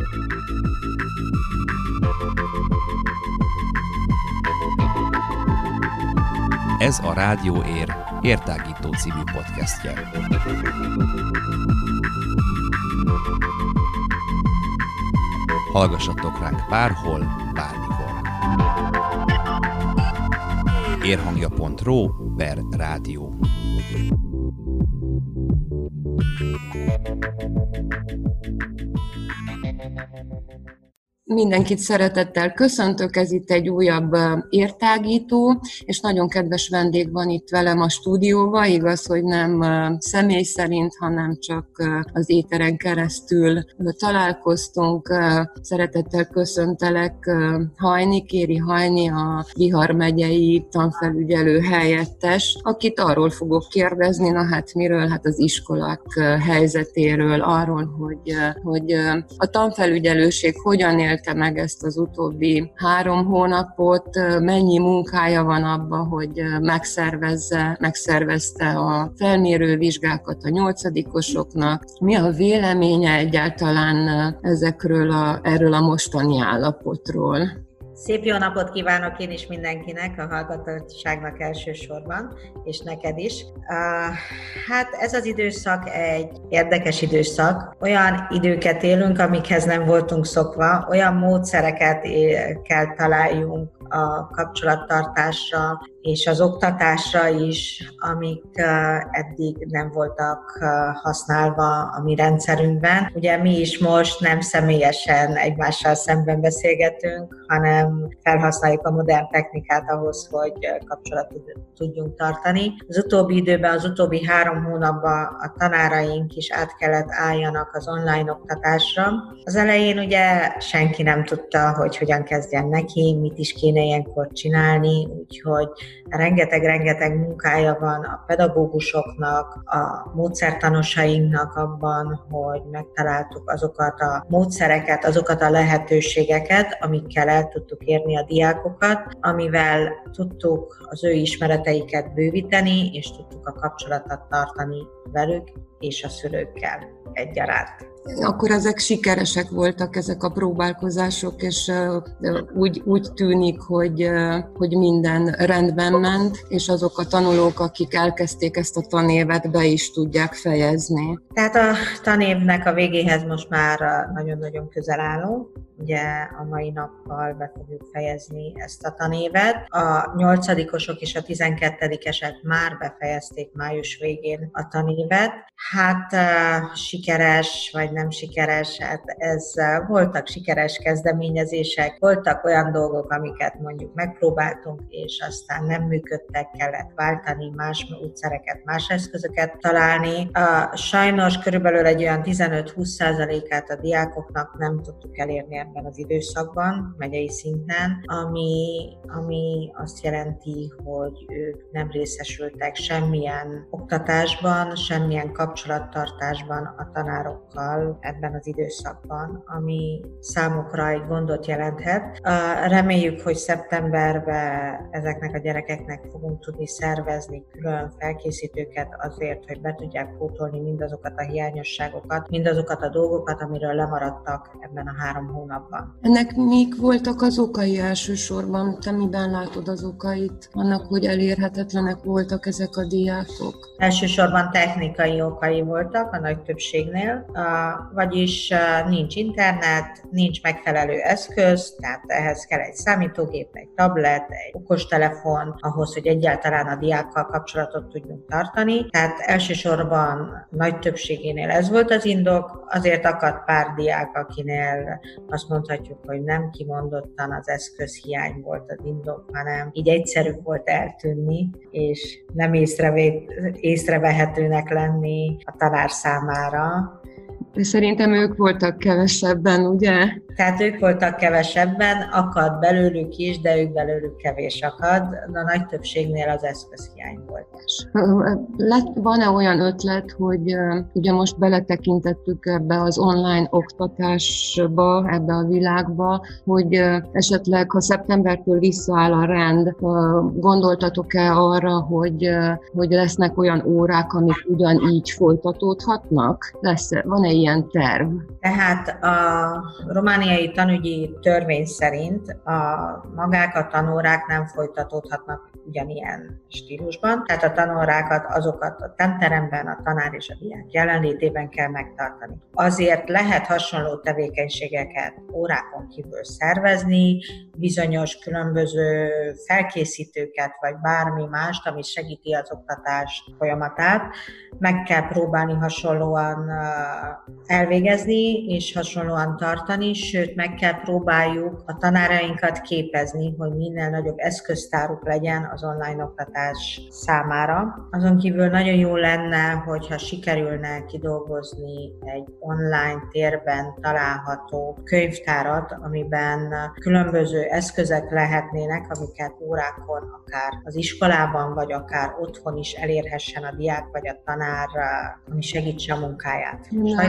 Ez a Rádió Ér Értágító című podcastje. Hallgassatok ránk bárhol, bármikor. érhangja.ro/rádió. Mindenkit szeretettel köszöntök, ez itt egy újabb értágító, és nagyon kedves vendég van itt velem a stúdióban, igaz, hogy nem személy szerint, hanem csak az éteren keresztül találkoztunk. Szeretettel köszöntelek Kéri Hajni, a Bihar megyei tanfelügyelő helyettes, akit arról fogok kérdezni, miről? Hát az iskolák helyzetéről, arról, hogy a tanfelügyelőség hogyan élte meg ezt az utóbbi 3 hónapot, mennyi munkája van abban, hogy megszervezte a felmérő vizsgákat a 8-osoknak. Mi a véleménye egyáltalán erről a mostani állapotról? Szép jó napot kívánok én is mindenkinek, a hallgatóságnak elsősorban, és neked is. Hát ez az időszak egy érdekes időszak. Olyan időket élünk, amikhez nem voltunk szokva, olyan módszereket kell találjunk a kapcsolattartásra és az oktatásra is, amik eddig nem voltak használva a mi rendszerünkben. Ugye mi is most nem személyesen egymással szemben beszélgetünk, hanem felhasználjuk a modern technikát ahhoz, hogy kapcsolatot tudjunk tartani. Az utóbbi időben, az utóbbi 3 hónapban a tanáraink is át kellett álljanak az online oktatásra. Az elején ugye senki nem tudta, hogy hogyan kezdjen neki, mit is kéne ilyenkor csinálni, úgyhogy rengeteg munkája van a pedagógusoknak, a módszertanosainknak abban, hogy megtaláltuk azokat a módszereket, azokat a lehetőségeket, amikkel el tudtuk érni a diákokat, amivel tudtuk az ő ismereteiket bővíteni, és tudtuk a kapcsolatot tartani velük és a szülőkkel egyaránt. Akkor ezek sikeresek voltak, ezek a próbálkozások, és úgy tűnik, hogy minden rendben ment, és azok a tanulók, akik elkezdték ezt a tanévet, be is tudják fejezni. Tehát a tanévnek a végéhez most már nagyon-nagyon közel állunk. Ugye a mai nappal be fogjuk fejezni ezt a tanévet. A 8-osok és a 12-esek már befejezték május végén a tanévet. Hát sikeres vagy nem sikeres, hát voltak sikeres kezdeményezések, voltak olyan dolgok, amiket mondjuk megpróbáltunk, és aztán nem működtek, kellett váltani, más módszereket, más eszközöket találni. Sajnos körülbelül egy olyan 15-20%-át a diákoknak nem tudtuk elérni ebben az időszakban, megyei szinten, ami azt jelenti, hogy ők nem részesültek semmilyen oktatásban, semmilyen kapcsolattartásban a tanárokkal ebben az időszakban, ami számukra egy gondot jelenthet. Reméljük, hogy szeptemberben ezeknek a gyerekeknek fogunk tudni szervezni külön felkészítőket azért, hogy be tudják pótolni mindazokat a hiányosságokat, mindazokat a dolgokat, amiről lemaradtak ebben a 3 hónapban. Ennek mik voltak az okai elsősorban? Te miben látod az okait annak, hogy elérhetetlenek voltak ezek a diákok? Elsősorban technikai okai voltak a nagy többségnél, vagyis nincs internet, nincs megfelelő eszköz, tehát ehhez kell egy számítógép, egy tablet, egy okostelefon, ahhoz, hogy egyáltalán a diákkal kapcsolatot tudjunk tartani. Tehát elsősorban nagy többségénél ez volt az indok, azért akadt pár diák, akinél azt mondhatjuk, hogy nem kimondottan az eszközhiány volt az indok, hanem így egyszerű volt eltűnni, és nem észrevehetőnek lenni a tanár számára. Szerintem ők voltak kevesebben, ugye? Tehát ők voltak kevesebben, akad belőlük is, de ők belőlük kevés akad. A nagy többségnél az eszközhiány volt. Van-e olyan ötlet, hogy ugye most beletekintettük ebbe az online oktatásba, ebbe a világba, hogy esetleg, ha szeptembertől visszaáll a rend, gondoltatok-e arra, hogy lesznek olyan órák, amik ugyanígy folytatódhatnak? Van-e ilyen terv? Tehát a romániai tanügyi törvény szerint magák a tanórák nem folytatódhatnak ugyanilyen stílusban, tehát a tanórákat azokat a tanteremben a tanár és a diák jelenlétében kell megtartani. Azért lehet hasonló tevékenységeket órákon kívül szervezni, bizonyos különböző felkészítőket, vagy bármi mást, ami segíti az oktatás folyamatát, meg kell próbálni hasonlóan elvégezni, és hasonlóan tartani, sőt, meg kell próbáljuk a tanárainkat képezni, hogy minél nagyobb eszköztáruk legyen az online oktatás számára. Azon kívül nagyon jó lenne, hogyha sikerülne kidolgozni egy online térben található könyvtárat, amiben különböző eszközök lehetnének, amiket órákon, akár az iskolában, vagy akár otthon is elérhessen a diák vagy a tanár, ami segítse a munkáját.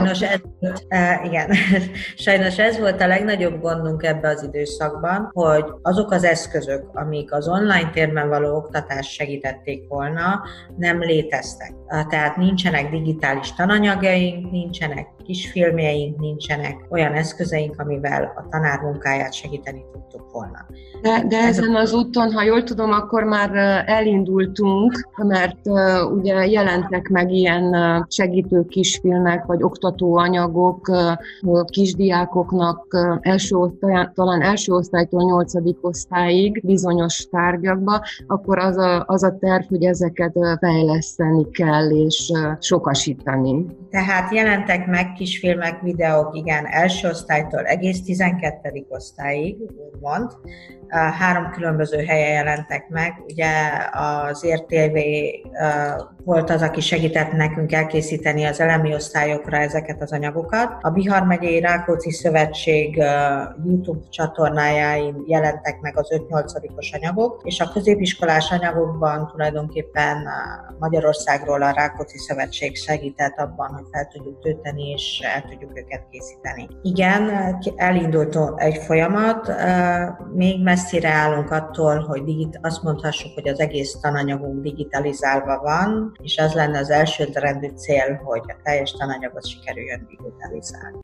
Sajnos ez volt a legnagyobb gondunk ebbe az időszakban, hogy azok az eszközök, amik az online térben való oktatást segítették volna, nem léteztek. Tehát nincsenek digitális tananyagaink, nincsenek kisfilmjeink, nincsenek olyan eszközeink, amivel a tanár munkáját segíteni tudtuk volna. De ezen az úton, ha jól tudom, akkor már elindultunk, mert ugye jelentek meg ilyen segítő kisfilmek, vagy oktatóanyagok kisdiákoknak talán első osztálytól 8. osztályig bizonyos tárgyakba, akkor az a terv, hogy ezeket fejleszteni kell és sokasítani. Tehát jelentek meg kisfilmek, videók, igen, első osztálytól egész 12. osztályig, úgymond. 3 különböző helyen jelentek meg. Ugye az RTV volt az, aki segített nekünk elkészíteni az elemi osztályokra ezeket az anyagokat. A Bihar megyei Rákóczi Szövetség YouTube csatornájáin jelentek meg az 5-8-os anyagok, és a középiskolás anyagokban tulajdonképpen Magyarországról a Rákóczi Szövetség segített abban, hogy fel tudjuk tölteni és el tudjuk őket készíteni. Igen, elindult egy folyamat, még messzire állunk attól, hogy azt mondhassuk, hogy az egész tananyagunk digitalizálva van, és az lenne az elsődrendű cél, hogy a teljes tananyagot sikerüljön digitalizálni.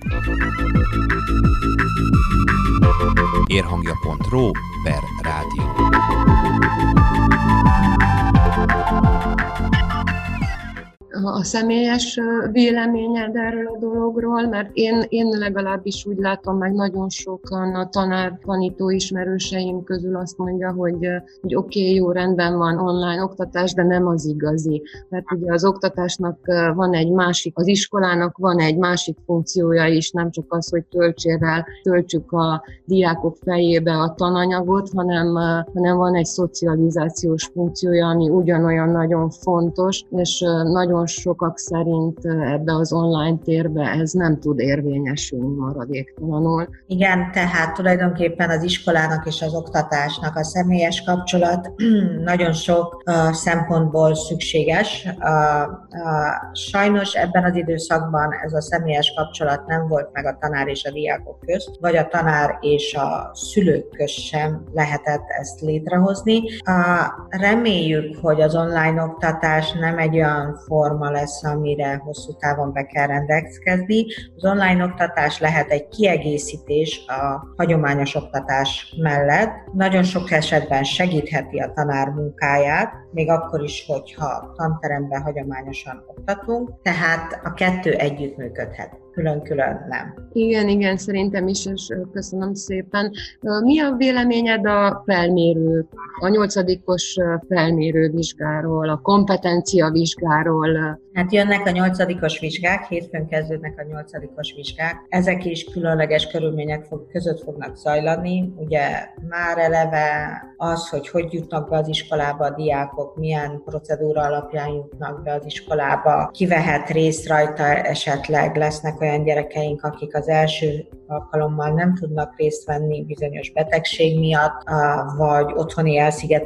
Érhangja.ro/rádió. A személyes véleményed erről a dologról, mert én legalábbis úgy látom, meg nagyon sokan a tanító ismerőseim közül azt mondja, hogy oké, jó, rendben van online oktatás, de nem az igazi. Mert ugye az oktatásnak van egy másik, az iskolának van egy másik funkciója is, nem csak az, hogy töltsük a diákok fejébe a tananyagot, hanem van egy szocializációs funkciója, ami ugyanolyan nagyon fontos, és nagyon sokak szerint ebbe az online térbe ez nem tud érvényesülni maradéktalanul. Igen, tehát tulajdonképpen az iskolának és az oktatásnak a személyes kapcsolat nagyon sok szempontból szükséges. Sajnos ebben az időszakban ez a személyes kapcsolat nem volt meg a tanár és a diákok közt, vagy a tanár és a szülők közt sem lehetett ezt létrehozni. Reméljük, hogy az online oktatás nem egy olyan forma lesz, amire hosszú távon be kell rendelkezni. Az online oktatás lehet egy kiegészítés a hagyományos oktatás mellett. Nagyon sok esetben segítheti a tanár munkáját, még akkor is, hogyha tanteremben hagyományosan oktatunk, tehát a kettő együttműködhet. Külön-külön nem. Igen, szerintem is, és köszönöm szépen. Mi a véleményed a 8-os felmérővizsgáról, a kompetenciavizsgáról? Hát jönnek a 8-os vizsgák, hétfőn kezdődnek a 8-os vizsgák. Ezek is különleges körülmények között fognak zajlani. Ugye már eleve az, hogy jutnak be az iskolába a diákok, milyen procedúra alapján jutnak be az iskolába, ki vehet részt rajta, esetleg lesznek olyan gyerekeink, akik az első alkalommal nem tudnak részt venni bizonyos betegség miatt, vagy otthoni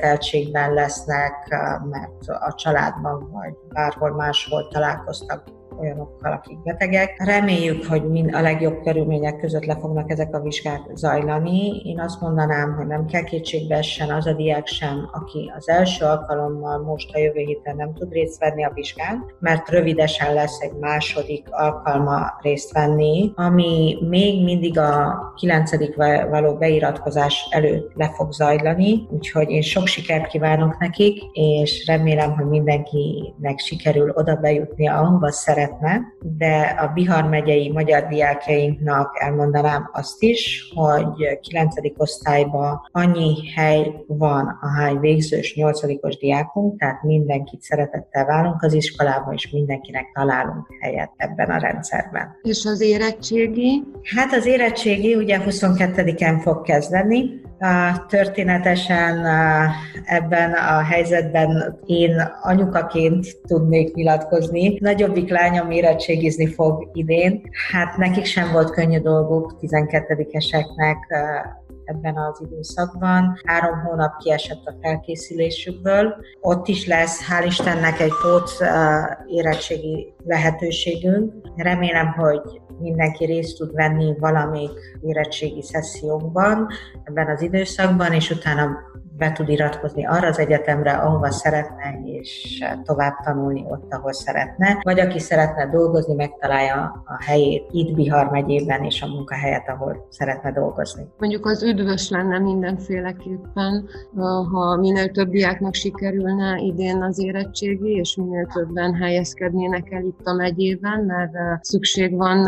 elszigeteltségben lesznek, mert a családban vagy bárhol máshol találkoztak olyanokkal, akik betegek. Reméljük, hogy a legjobb körülmények között le fognak ezek a vizsgák zajlani. Én azt mondanám, hogy nem kell kétségbe essen az a diák sem, aki az első alkalommal most a jövő héten nem tud részt venni a vizsgán, mert rövidesen lesz egy második alkalma részt venni, ami még mindig a 9. való beiratkozás előtt le fog zajlani, úgyhogy én sok sikert kívánok nekik, és remélem, hogy mindenkinek sikerül oda bejutni, ahova szeretne, de a Bihar megyei magyar diákjainknak elmondanám azt is, hogy 9. osztályban annyi hely van, ahány végzős 8-os diákunk, tehát mindenkit szeretettel várunk az iskolába, és mindenkinek találunk helyet ebben a rendszerben. És az érettségi? Hát az érettségi ugye 22-en fog kezdeni. Történetesen ebben a helyzetben én anyukaként tudnék nyilatkozni. Nagyobbik lányom érettségizni fog idén. Hát nekik sem volt könnyű dolguk, 12-eseknek ebben az időszakban. 3 hónap kiesett a felkészülésükből. Ott is lesz, hál' Istennek, egy pót érettségi lehetőségünk. Remélem, hogy mindenki részt tud venni valamelyik érettségi szessziókban ebben az időszakban, és utána be tud iratkozni arra az egyetemre, ahova szeretne, és tovább tanulni ott, ahol szeretne. Vagy aki szeretne dolgozni, megtalálja a helyét itt Bihar megyében, és a munkahelyet, ahol szeretne dolgozni. Mondjuk az üdvös lenne mindenféleképpen, ha minél több diáknak sikerülne idén az érettségi, és minél többen helyezkednének el itt a megyében, mert szükség van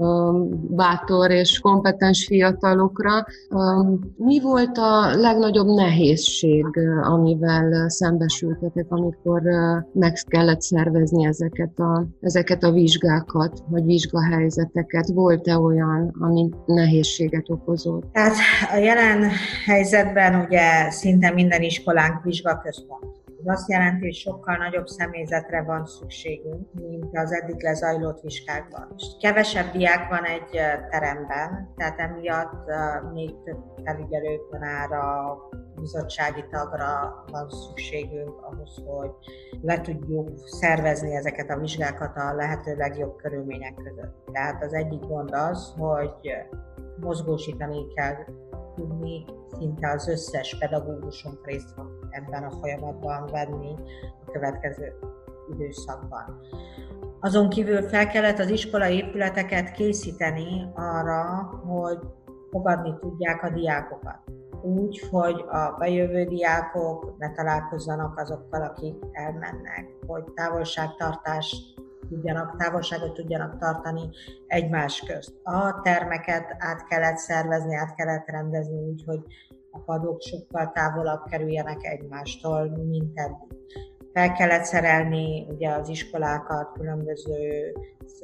bátor és kompetens fiatalokra. Mi volt a legnagyobb nehézség, amivel szembesültetek, amikor meg kellett szervezni ezeket a vizsgákat, vagy vizsgahelyzeteket? Volt-e olyan, ami nehézséget okozott? Tehát a jelen helyzetben ugye szinte minden iskolánk vizsgaközpont. Ez azt jelenti, hogy sokkal nagyobb személyzetre van szükségünk, mint az eddig lezajlott vizsgákban. Kevesebb diák van egy teremben, tehát emiatt még több felügyelő tanára, bizottsági tagra van szükségünk ahhoz, hogy le tudjuk szervezni ezeket a vizsgákat a lehető legjobb körülmények között. Tehát az egyik gond az, hogy mozgósítani kell tudni, szinte az összes pedagógusunk részt fog ebben a folyamatban venni a következő időszakban. Azon kívül fel kellett az iskolai épületeket készíteni arra, hogy fogadni tudják a diákokat. Úgy, hogy a bejövő diákok ne találkozzanak azokkal, akik elmennek, hogy távolságot tudjanak tartani egymás közt. A termeket át kellett szervezni, át kellett rendezni úgy, hogy a padok sokkal távolabb kerüljenek egymástól, mint eddig. Fel kellett szerelni ugye az iskolákat különböző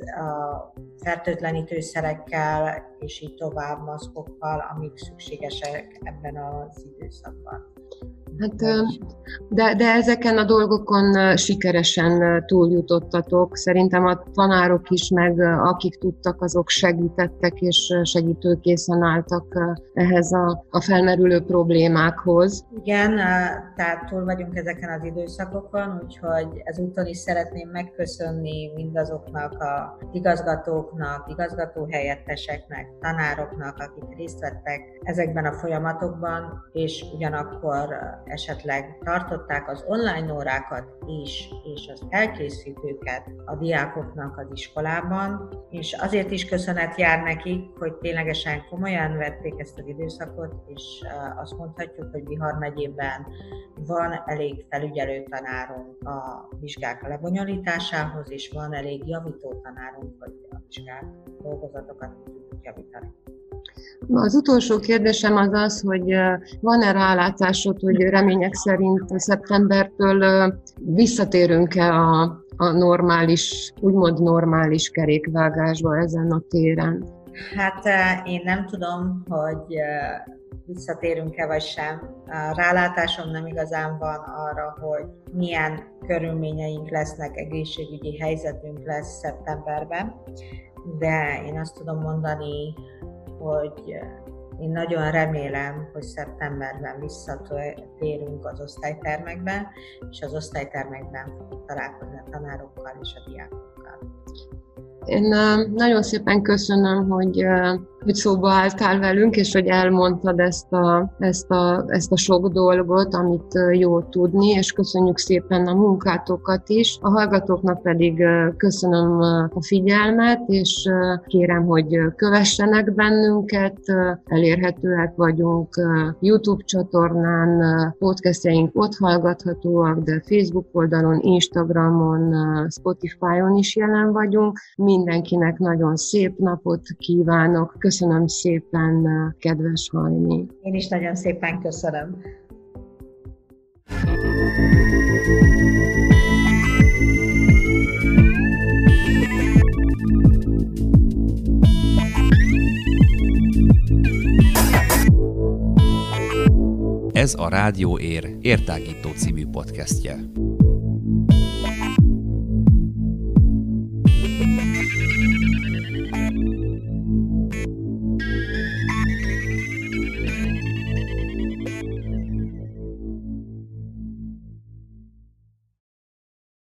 fertőtlenítőszerekkel, és így tovább, maszkokkal, amik szükségesek ebben az időszakban. Hát, de ezeken a dolgokon sikeresen túljutottatok. Szerintem a tanárok is, meg akik tudtak, azok segítettek, és segítőkészen álltak ehhez a felmerülő problémákhoz. Igen, tehát túl vagyunk ezeken az időszakokon, úgyhogy ezúton is szeretném megköszönni mindazoknak az igazgatóknak, igazgatóhelyetteseknek, tanároknak, akik részt vettek ezekben a folyamatokban, és ugyanakkor esetleg tartották az online órákat is, és az elkészítőket a diákoknak az iskolában, és azért is köszönet jár nekik, hogy ténylegesen komolyan vették ezt az időszakot, és azt mondhatjuk, hogy Bihar megyében van elég felügyelő tanárunk a vizsgák lebonyolításához, és van elég javító tanárunk, hogy a vizsgák dolgozatokat tudjuk javítani. Az utolsó kérdésem az az, hogy van-e rálátásod, hogy remények szerint szeptembertől visszatérünk-e a normális, úgymond normális kerékvágásba ezen a téren? Hát én nem tudom, hogy visszatérünk-e vagy sem. A rálátásom nem igazán van arra, hogy milyen körülményeink lesznek, egészségügyi helyzetünk lesz szeptemberben, de én azt tudom mondani, hogy én nagyon remélem, hogy szeptemberben visszatérünk az osztálytermekbe, és az osztálytermekben fogunk találkozni a tanárokkal és a diákokkal. hallgatóknak. Én nagyon szépen köszönöm, hogy szóba álltál velünk, és hogy elmondtad ezt a sok dolgot, amit jó tudni, és köszönjük szépen a munkátokat is. A hallgatóknak pedig köszönöm a figyelmet, és kérem, hogy kövessenek bennünket, elérhetőek vagyunk YouTube csatornán, podcastjaink ott hallgathatóak, de Facebook oldalon, Instagramon, Spotify-on is jelen vagyunk. Mindenkinek nagyon szép napot kívánok. Köszönöm szépen, kedves Hajni. Én is nagyon szépen köszönöm. Ez a Rádió Ér értágító című podcastje.